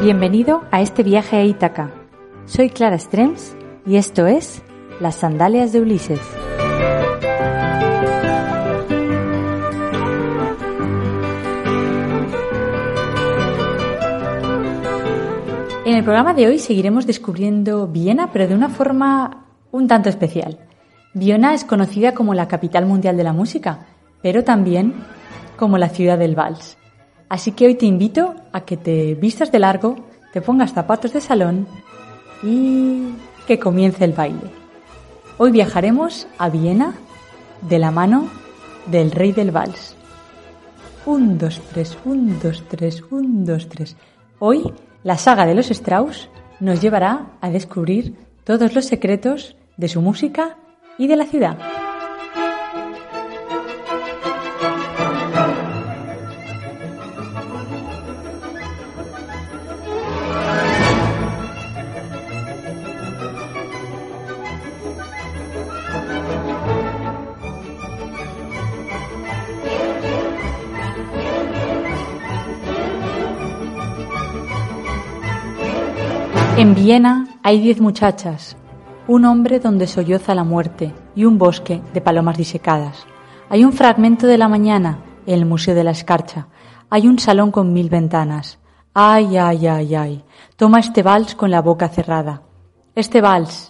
Bienvenido a este viaje a Ítaca. Soy Clara Strems y esto es Las Sandalias de Ulises. En el programa de hoy seguiremos descubriendo Viena, pero de una forma un tanto especial. Viena es conocida como la capital mundial de la música, pero también como la ciudad del vals. Así que hoy te invito a que te vistas de largo, te pongas zapatos de salón y que comience el baile. Hoy viajaremos a Viena de la mano del rey del vals. 1, 2, 3, 1, 2, 3, 1, 2, 3. Hoy la saga de los Strauss nos llevará a descubrir todos los secretos de su música y de la ciudad. En Viena hay 10 muchachas, un hombre donde solloza la muerte y un bosque de palomas disecadas. Hay un fragmento de la mañana en el Museo de la Escarcha. Hay un salón con 1000 ventanas. Ay, ay, ay, ay. Toma este vals con la boca cerrada. Este vals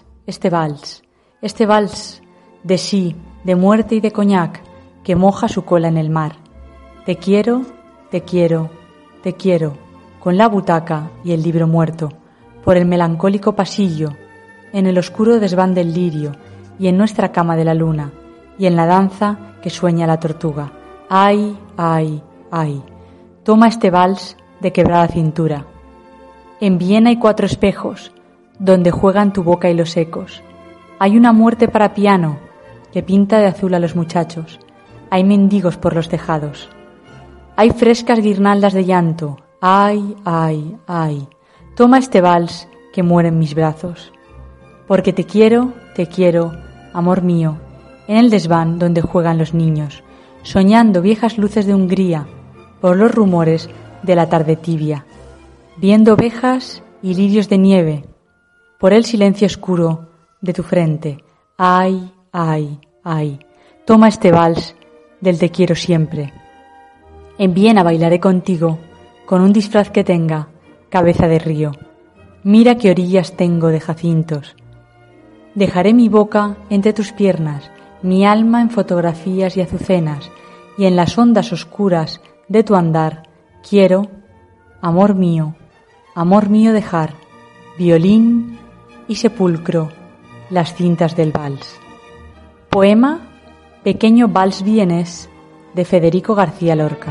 de sí, de muerte y de coñac, que moja su cola en el mar. Te quiero, te quiero, te quiero, con la butaca y el libro muerto, por el melancólico pasillo, en el oscuro desván del lirio, y en nuestra cama de la luna, y en la danza que sueña la tortuga. Ay, ay, ay. Toma este vals de quebrada cintura. En Viena hay 4 espejos, donde juegan tu boca y los ecos. Hay una muerte para piano, que pinta de azul a los muchachos. Hay mendigos por los tejados. Hay frescas guirnaldas de llanto. Ay, ay, ay. Toma este vals que muere en mis brazos. Porque te quiero, amor mío, en el desván donde juegan los niños, soñando viejas luces de Hungría, por los rumores de la tarde tibia, viendo ovejas y lirios de nieve, por el silencio oscuro de tu frente. Ay, ay, ay. Toma este vals del te quiero siempre. En Viena bailaré contigo, con un disfraz que tenga cabeza de río. Mira qué orillas tengo de jacintos. Dejaré mi boca entre tus piernas, mi alma en fotografías y azucenas, y en las ondas oscuras de tu andar quiero, amor mío, dejar violín y sepulcro las cintas del vals. Poema Pequeño Vals vienés de Federico García Lorca.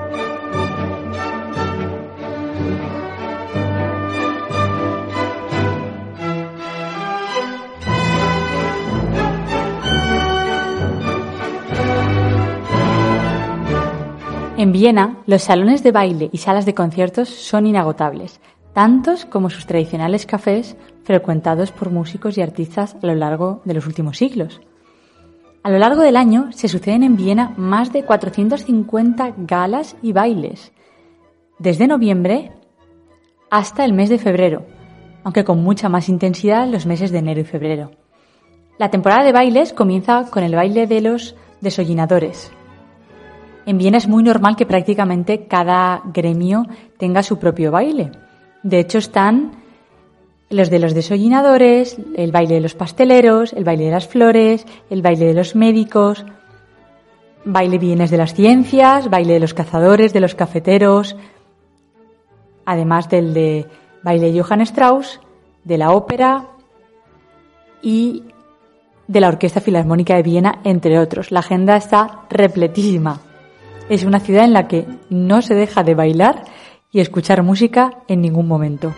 En Viena, los salones de baile y salas de conciertos son inagotables, tantos como sus tradicionales cafés frecuentados por músicos y artistas a lo largo de los últimos siglos. A lo largo del año se suceden en Viena más de 450 galas y bailes, desde noviembre hasta el mes de febrero, aunque con mucha más intensidad los meses de enero y febrero. La temporada de bailes comienza con el baile de los desollinadores. En Viena es muy normal que prácticamente cada gremio tenga su propio baile. De hecho, están los de los desollinadores, el baile de los pasteleros, el baile de las flores, el baile de los médicos, baile vienes de las ciencias, baile de los cazadores, de los cafeteros, además del de baile de Johann Strauss, de la ópera y de la Orquesta Filarmónica de Viena, entre otros. La agenda está repletísima. Es una ciudad en la que no se deja de bailar y escuchar música en ningún momento.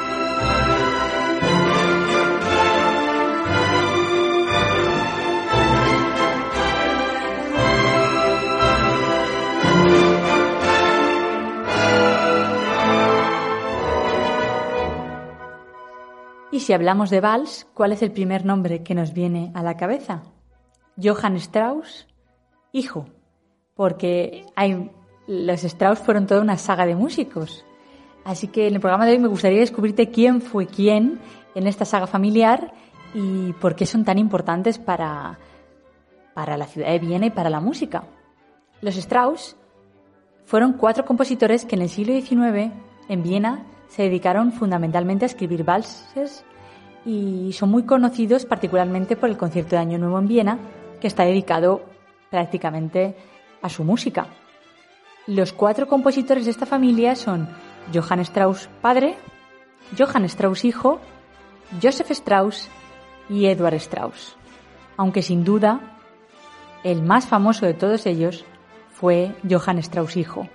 Y si hablamos de vals, ¿cuál es el primer nombre que nos viene a la cabeza? Johann Strauss, hijo, porque los Strauss fueron toda una saga de músicos. Así que en el programa de hoy me gustaría descubrirte quién fue quién en esta saga familiar y por qué son tan importantes para la ciudad de Viena y para la música. Los Strauss fueron 4 compositores que en el siglo XIX en Viena se dedicaron fundamentalmente a escribir valses y son muy conocidos particularmente por el concierto de Año Nuevo en Viena, que está dedicado prácticamente a su música. Los 4 compositores de esta familia son Johann Strauss padre, Johann Strauss hijo, Joseph Strauss y Eduard Strauss. Aunque sin duda el más famoso de todos ellos fue Johann Strauss hijo.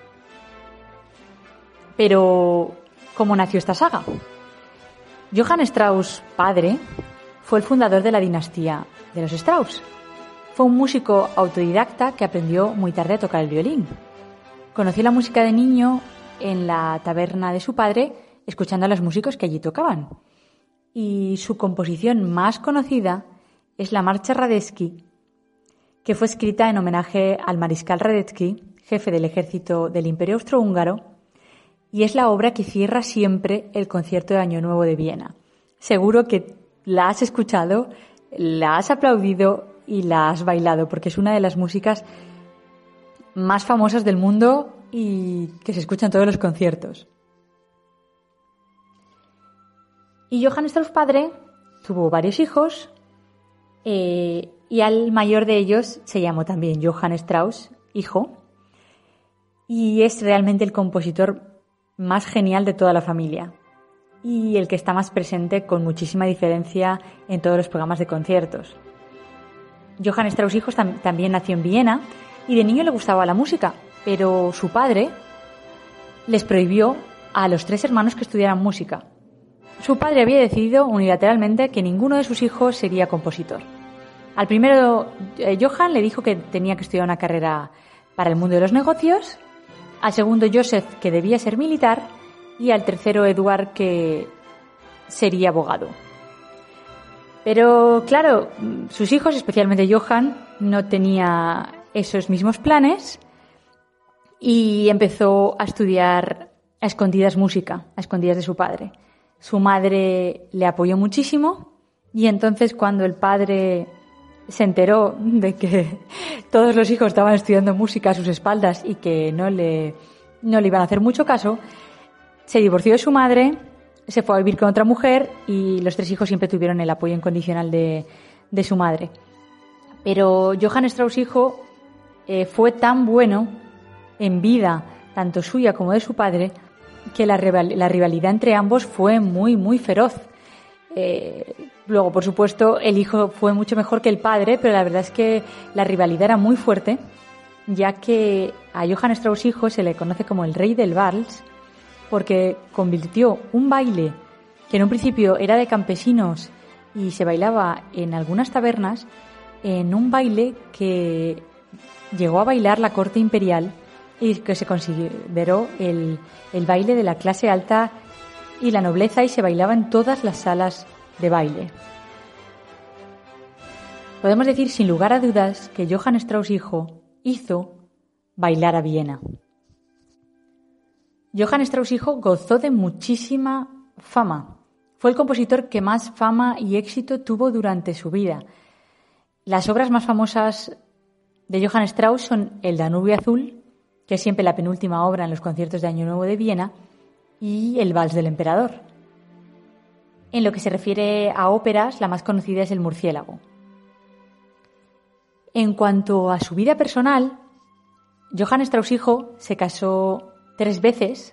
Pero, ¿cómo nació esta saga? Johann Strauss padre fue el fundador de la dinastía de los Strauss. Fue un músico autodidacta que aprendió muy tarde a tocar el violín. Conoció la música de niño en la taberna de su padre, escuchando a los músicos que allí tocaban. Y su composición más conocida es la Marcha Radetzky, que fue escrita en homenaje al mariscal Radetzky, jefe del ejército del Imperio Austrohúngaro, y es la obra que cierra siempre el concierto de Año Nuevo de Viena. Seguro que la has escuchado, la has aplaudido y la has bailado, porque es una de las músicas más famosas del mundo y que se escucha en todos los conciertos. Y Johann Strauss padre tuvo varios hijos y al mayor de ellos se llamó también Johann Strauss hijo, y es realmente el compositor más genial de toda la familia y el que está más presente con muchísima diferencia en todos los programas de conciertos. Johann Strauss hijo también nació en Viena y de niño le gustaba la música, pero su padre les prohibió a los 3 hermanos que estudiaran música. Su padre había decidido unilateralmente que ninguno de sus hijos sería compositor. Al primero, Johann le dijo que tenía que estudiar una carrera para el mundo de los negocios, al segundo, Joseph, que debía ser militar, y al tercero, Eduard, que sería abogado. Pero, claro, sus hijos, especialmente Johann, no tenía esos mismos planes y empezó a estudiar a escondidas música, a escondidas de su padre. Su madre le apoyó muchísimo y entonces cuando el padre se enteró de que todos los hijos estaban estudiando música a sus espaldas y que no le iban a hacer mucho caso, se divorció de su madre, se fue a vivir con otra mujer y los 3 hijos siempre tuvieron el apoyo incondicional de su madre. Pero Johann Strauss hijo fue tan bueno en vida, tanto suya como de su padre, que la rivalidad entre ambos fue muy, muy feroz. Luego, por supuesto, el hijo fue mucho mejor que el padre, pero la verdad es que la rivalidad era muy fuerte, ya que a Johann Strauss hijo se le conoce como el rey del vals, porque convirtió un baile que en un principio era de campesinos y se bailaba en algunas tabernas, en un baile que llegó a bailar la corte imperial y que se consideró el baile de la clase alta y la nobleza, y se bailaba en todas las salas de baile. Podemos decir sin lugar a dudas que Johann Strauss hijo hizo bailar a Viena. Johann Strauss hijo gozó de muchísima fama. Fue el compositor que más fama y éxito tuvo durante su vida. Las obras más famosas de Johann Strauss son El Danubio Azul, que es siempre la penúltima obra en los conciertos de Año Nuevo de Viena, y El Vals del Emperador. En lo que se refiere a óperas, la más conocida es El Murciélago. En cuanto a su vida personal, Johann Strauss hijo se casó 3 veces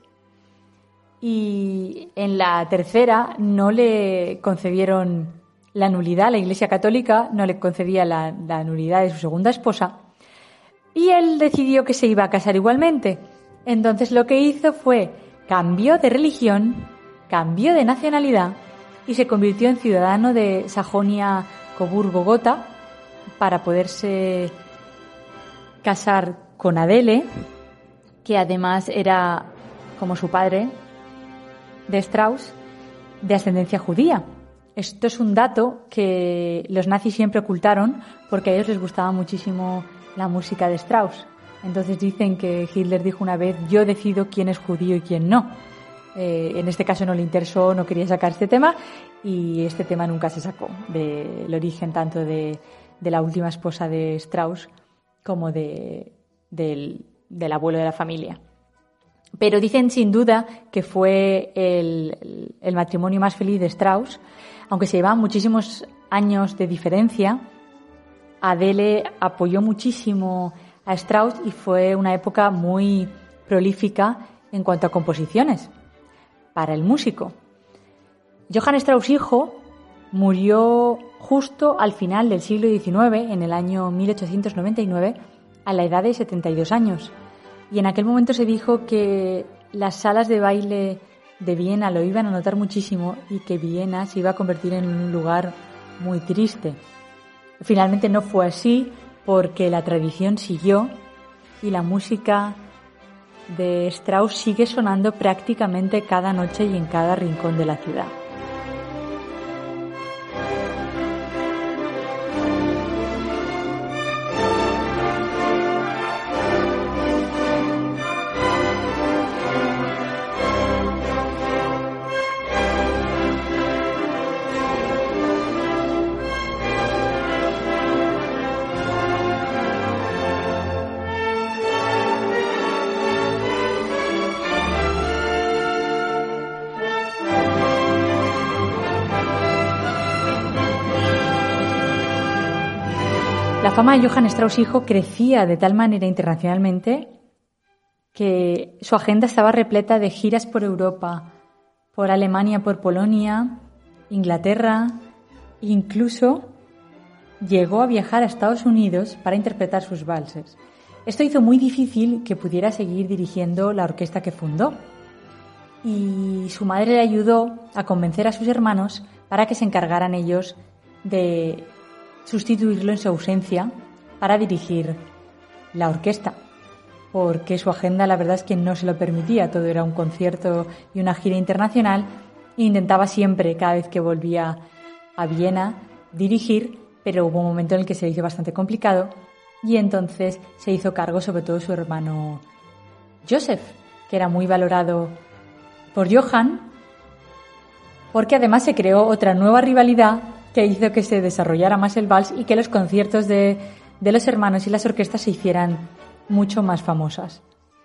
y en la tercera no le concedieron la nulidad, la Iglesia Católica no le concedía la nulidad de su segunda esposa y él decidió que se iba a casar igualmente. Entonces lo que hizo fue cambió de religión, cambió de nacionalidad y se convirtió en ciudadano de Sajonia-Coburgo-Gotha para poderse casar con Adele, que además era, como su padre, de Strauss, de ascendencia judía. Esto es un dato que los nazis siempre ocultaron porque a ellos les gustaba muchísimo la música de Strauss. Entonces dicen que Hitler dijo una vez: yo decido quién es judío y quién no. En este caso no le interesó, no quería sacar este tema y este tema nunca se sacó, del origen tanto de la última esposa de Strauss como del abuelo de la familia. Pero dicen sin duda que fue el matrimonio más feliz de Strauss, aunque se llevaban muchísimos años de diferencia. Adele apoyó muchísimo a Strauss y fue una época muy prolífica en cuanto a composiciones para el músico. Johann Strauss hijo murió justo al final del siglo XIX, en el año 1899, a la edad de 72 años. Y en aquel momento se dijo que las salas de baile de Viena lo iban a notar muchísimo y que Viena se iba a convertir en un lugar muy triste. Finalmente no fue así, porque la tradición siguió y la música de Strauss sigue sonando prácticamente cada noche y en cada rincón de la ciudad. La fama de Johann Strauss hijo crecía de tal manera internacionalmente que su agenda estaba repleta de giras por Europa, por Alemania, por Polonia, Inglaterra, incluso llegó a viajar a Estados Unidos para interpretar sus valses. Esto hizo muy difícil que pudiera seguir dirigiendo la orquesta que fundó y su madre le ayudó a convencer a sus hermanos para que se encargaran ellos de sustituirlo en su ausencia para dirigir la orquesta, porque su agenda la verdad es que no se lo permitía, todo era un concierto y una gira internacional e intentaba siempre, cada vez que volvía a Viena, dirigir, pero hubo un momento en el que se le hizo bastante complicado y entonces se hizo cargo sobre todo su hermano Joseph, que era muy valorado por Johann, porque además se creó otra nueva rivalidad que hizo que se desarrollara más el vals y que los conciertos de los hermanos y las orquestas se hicieran mucho más famosas.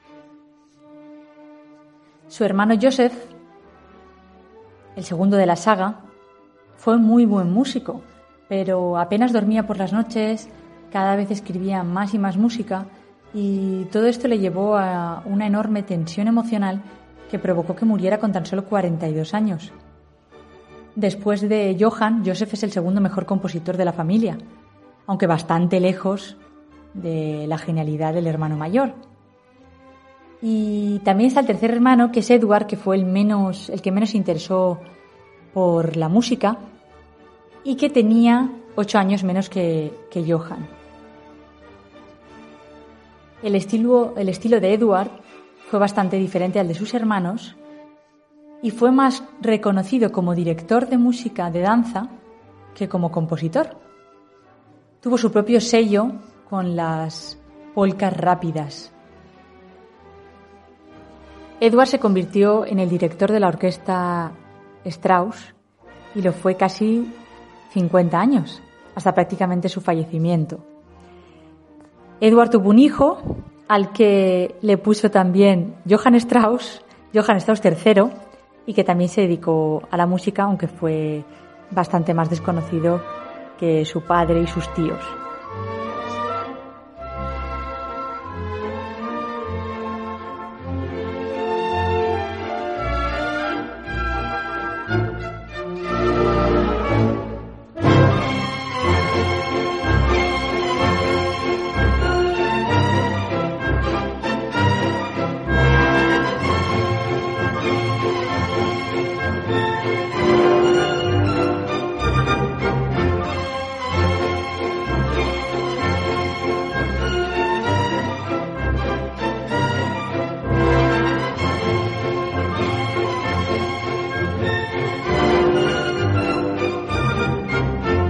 Su hermano Joseph, el segundo de la saga, fue muy buen músico, pero apenas dormía por las noches, cada vez escribía más y más música y todo esto le llevó a una enorme tensión emocional que provocó que muriera con tan solo 42 años. Después de Johann, Joseph es el segundo mejor compositor de la familia, aunque bastante lejos de la genialidad del hermano mayor. Y también está el tercer hermano, que es Edward, que fue el que menos se interesó por la música y que tenía 8 años menos que Johann. El estilo de Edward fue bastante diferente al de sus hermanos y fue más reconocido como director de música de danza que como compositor. Tuvo su propio sello con las polcas rápidas. Edward se convirtió en el director de la orquesta Strauss y lo fue casi 50 años, hasta prácticamente su fallecimiento. Edward tuvo un hijo al que le puso también Johann Strauss III, y que también se dedicó a la música, aunque fue bastante más desconocido que su padre y sus tíos.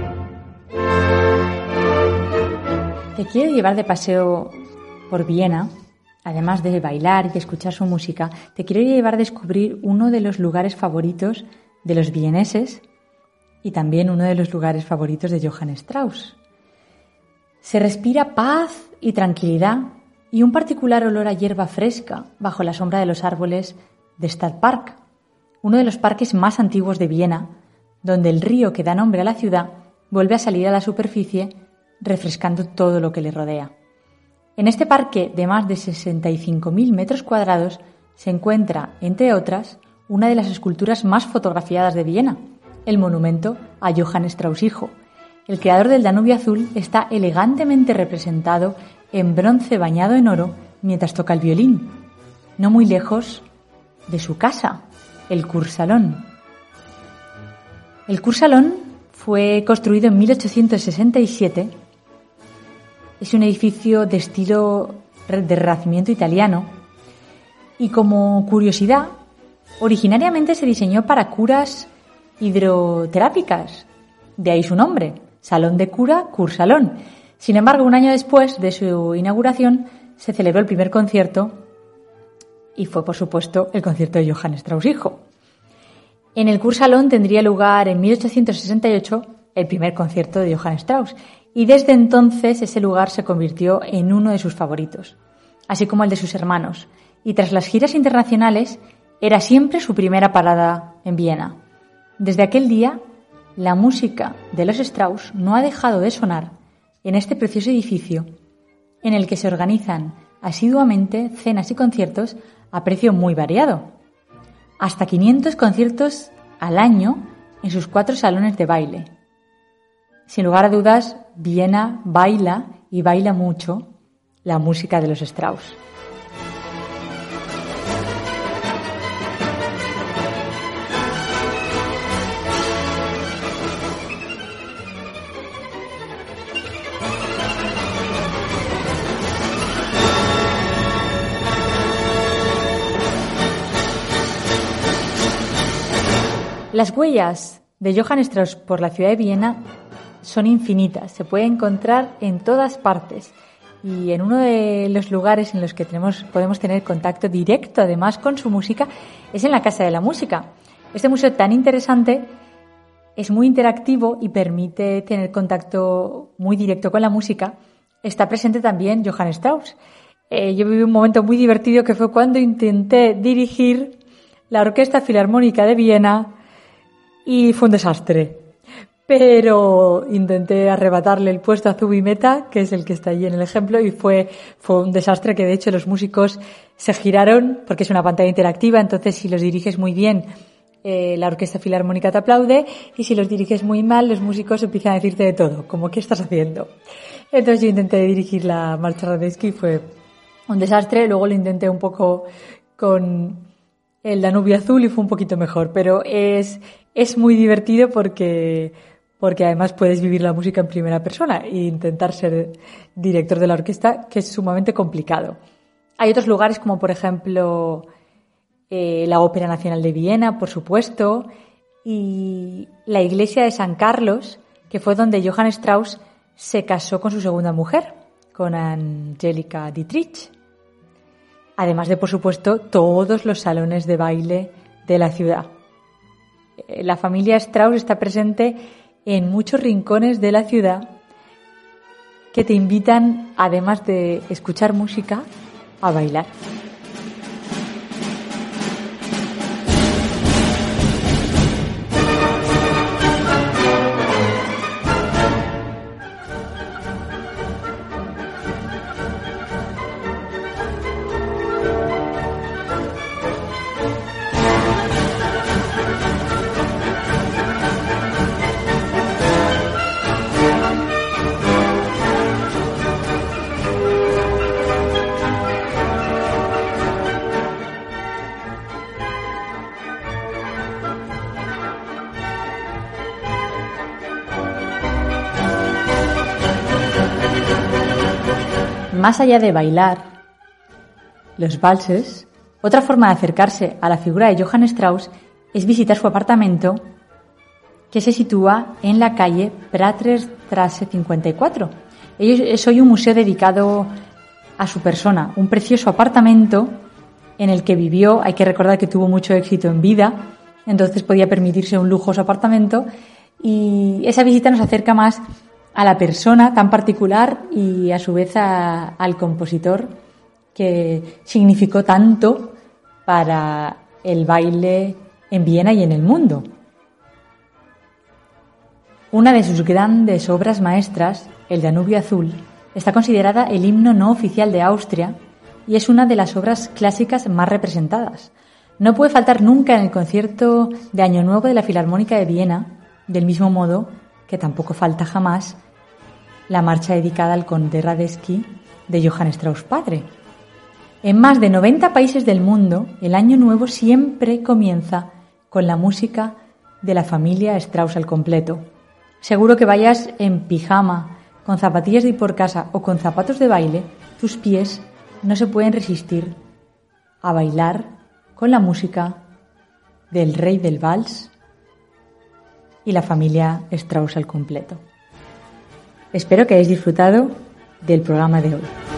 Te quiero llevar de paseo por Viena además de bailar y de escuchar su música, te quiero llevar a descubrir uno de los lugares favoritos de los vieneses y también uno de los lugares favoritos de Johann Strauss. Se respira paz y tranquilidad y un particular olor a hierba fresca bajo la sombra de los árboles de Stadtpark, uno de los parques más antiguos de Viena, donde el río que da nombre a la ciudad vuelve a salir a la superficie, refrescando todo lo que le rodea. En este parque de más de 65.000 metros cuadrados se encuentra, entre otras, una de las esculturas más fotografiadas de Viena, el monumento a Johann Strauss hijo. El creador del Danubio Azul está elegantemente representado en bronce bañado en oro mientras toca el violín, no muy lejos de su casa, el Kursalon. El Kursalon fue construido en 1867. Es un edificio de estilo de Renacimiento italiano y, como curiosidad, originariamente se diseñó para curas hidroterápicas, de ahí su nombre, Salón de Cura Kursalon. Sin embargo, un año después de su inauguración se celebró el primer concierto y fue, por supuesto, el concierto de Johann Strauss hijo. En el Kursalon tendría lugar en 1868 el primer concierto de Johann Strauss y desde entonces ese lugar se convirtió en uno de sus favoritos, así como el de sus hermanos, y tras las giras internacionales era siempre su primera parada en Viena. Desde aquel día, la música de los Strauss no ha dejado de sonar en este precioso edificio en el que se organizan asiduamente cenas y conciertos a precio muy variado. Hasta 500 conciertos al año en sus 4 salones de baile. Sin lugar a dudas, Viena baila y baila mucho la música de los Strauss. Las huellas de Johann Strauss por la ciudad de Viena son infinitas, se puede encontrar en todas partes y en uno de los lugares en los que podemos tener contacto directo además con su música es en la Casa de la Música. Este museo tan interesante es muy interactivo y permite tener contacto muy directo con la música. Está presente también Johann Strauss. Yo viví un momento muy divertido que fue cuando intenté dirigir la Orquesta Filarmónica de Viena y fue un desastre. Pero intenté arrebatarle el puesto a Zubimeta, que es el que está allí en el ejemplo, y fue un desastre que de hecho los músicos se giraron porque es una pantalla interactiva, entonces si los diriges muy bien la Orquesta Filarmónica te aplaude y si los diriges muy mal los músicos empiezan a decirte de todo, como ¿qué estás haciendo? Entonces yo intenté dirigir la marcha Radetzky y fue un desastre, luego lo intenté un poco con el Danubio Azul y fue un poquito mejor, pero es muy divertido porque además puedes vivir la música en primera persona e intentar ser director de la orquesta, que es sumamente complicado. Hay otros lugares como, por ejemplo, la Ópera Nacional de Viena, por supuesto, y la iglesia de San Carlos, que fue donde Johann Strauss se casó con su segunda mujer, con Angelika Dietrich. Además de, por supuesto, todos los salones de baile de la ciudad. La familia Strauss está presente en muchos rincones de la ciudad que te invitan, además de escuchar música, a bailar. Más allá de bailar los valses, otra forma de acercarse a la figura de Johann Strauss es visitar su apartamento, que se sitúa en la calle Praterstraße 54. Es hoy un museo dedicado a su persona un precioso apartamento en el que vivió. Hay que recordar que tuvo mucho éxito en vida, entonces podía permitirse un lujoso apartamento, y esa visita nos acerca más a la persona tan particular y a su vez al compositor que significó tanto para el baile en Viena y en el mundo. Una de sus grandes obras maestras, el Danubio Azul, está considerada el himno no oficial de Austria y es una de las obras clásicas más representadas. No puede faltar nunca en el concierto de Año Nuevo de la Filarmónica de Viena, del mismo modo que tampoco falta jamás la marcha dedicada al conde Radetzky de Johann Strauss padre. En más de 90 países del mundo, el Año Nuevo siempre comienza con la música de la familia Strauss al completo. Seguro que vayas en pijama, con zapatillas de ir por casa o con zapatos de baile, tus pies no se pueden resistir a bailar con la música del rey del vals y la familia Strauss al completo. Espero que hayáis disfrutado del programa de hoy.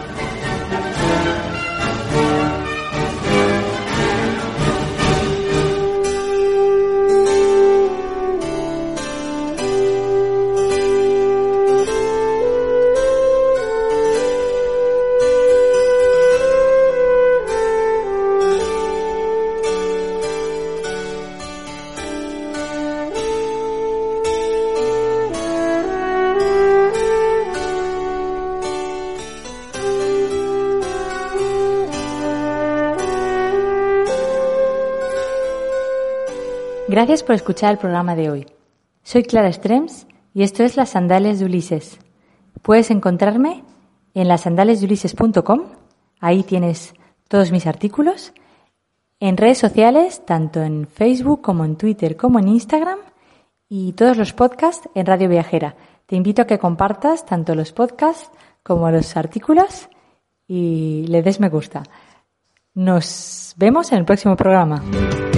Gracias por escuchar el programa de hoy. Soy Clara Strems y esto es Las Sandalias de Ulises. Puedes encontrarme en lasandaliasdeulises.com, ahí tienes todos mis artículos, en redes sociales, tanto en Facebook como en Twitter como en Instagram, y todos los podcasts en Radio Viajera. Te invito a que compartas tanto los podcasts como los artículos y le des me gusta. Nos vemos en el próximo programa.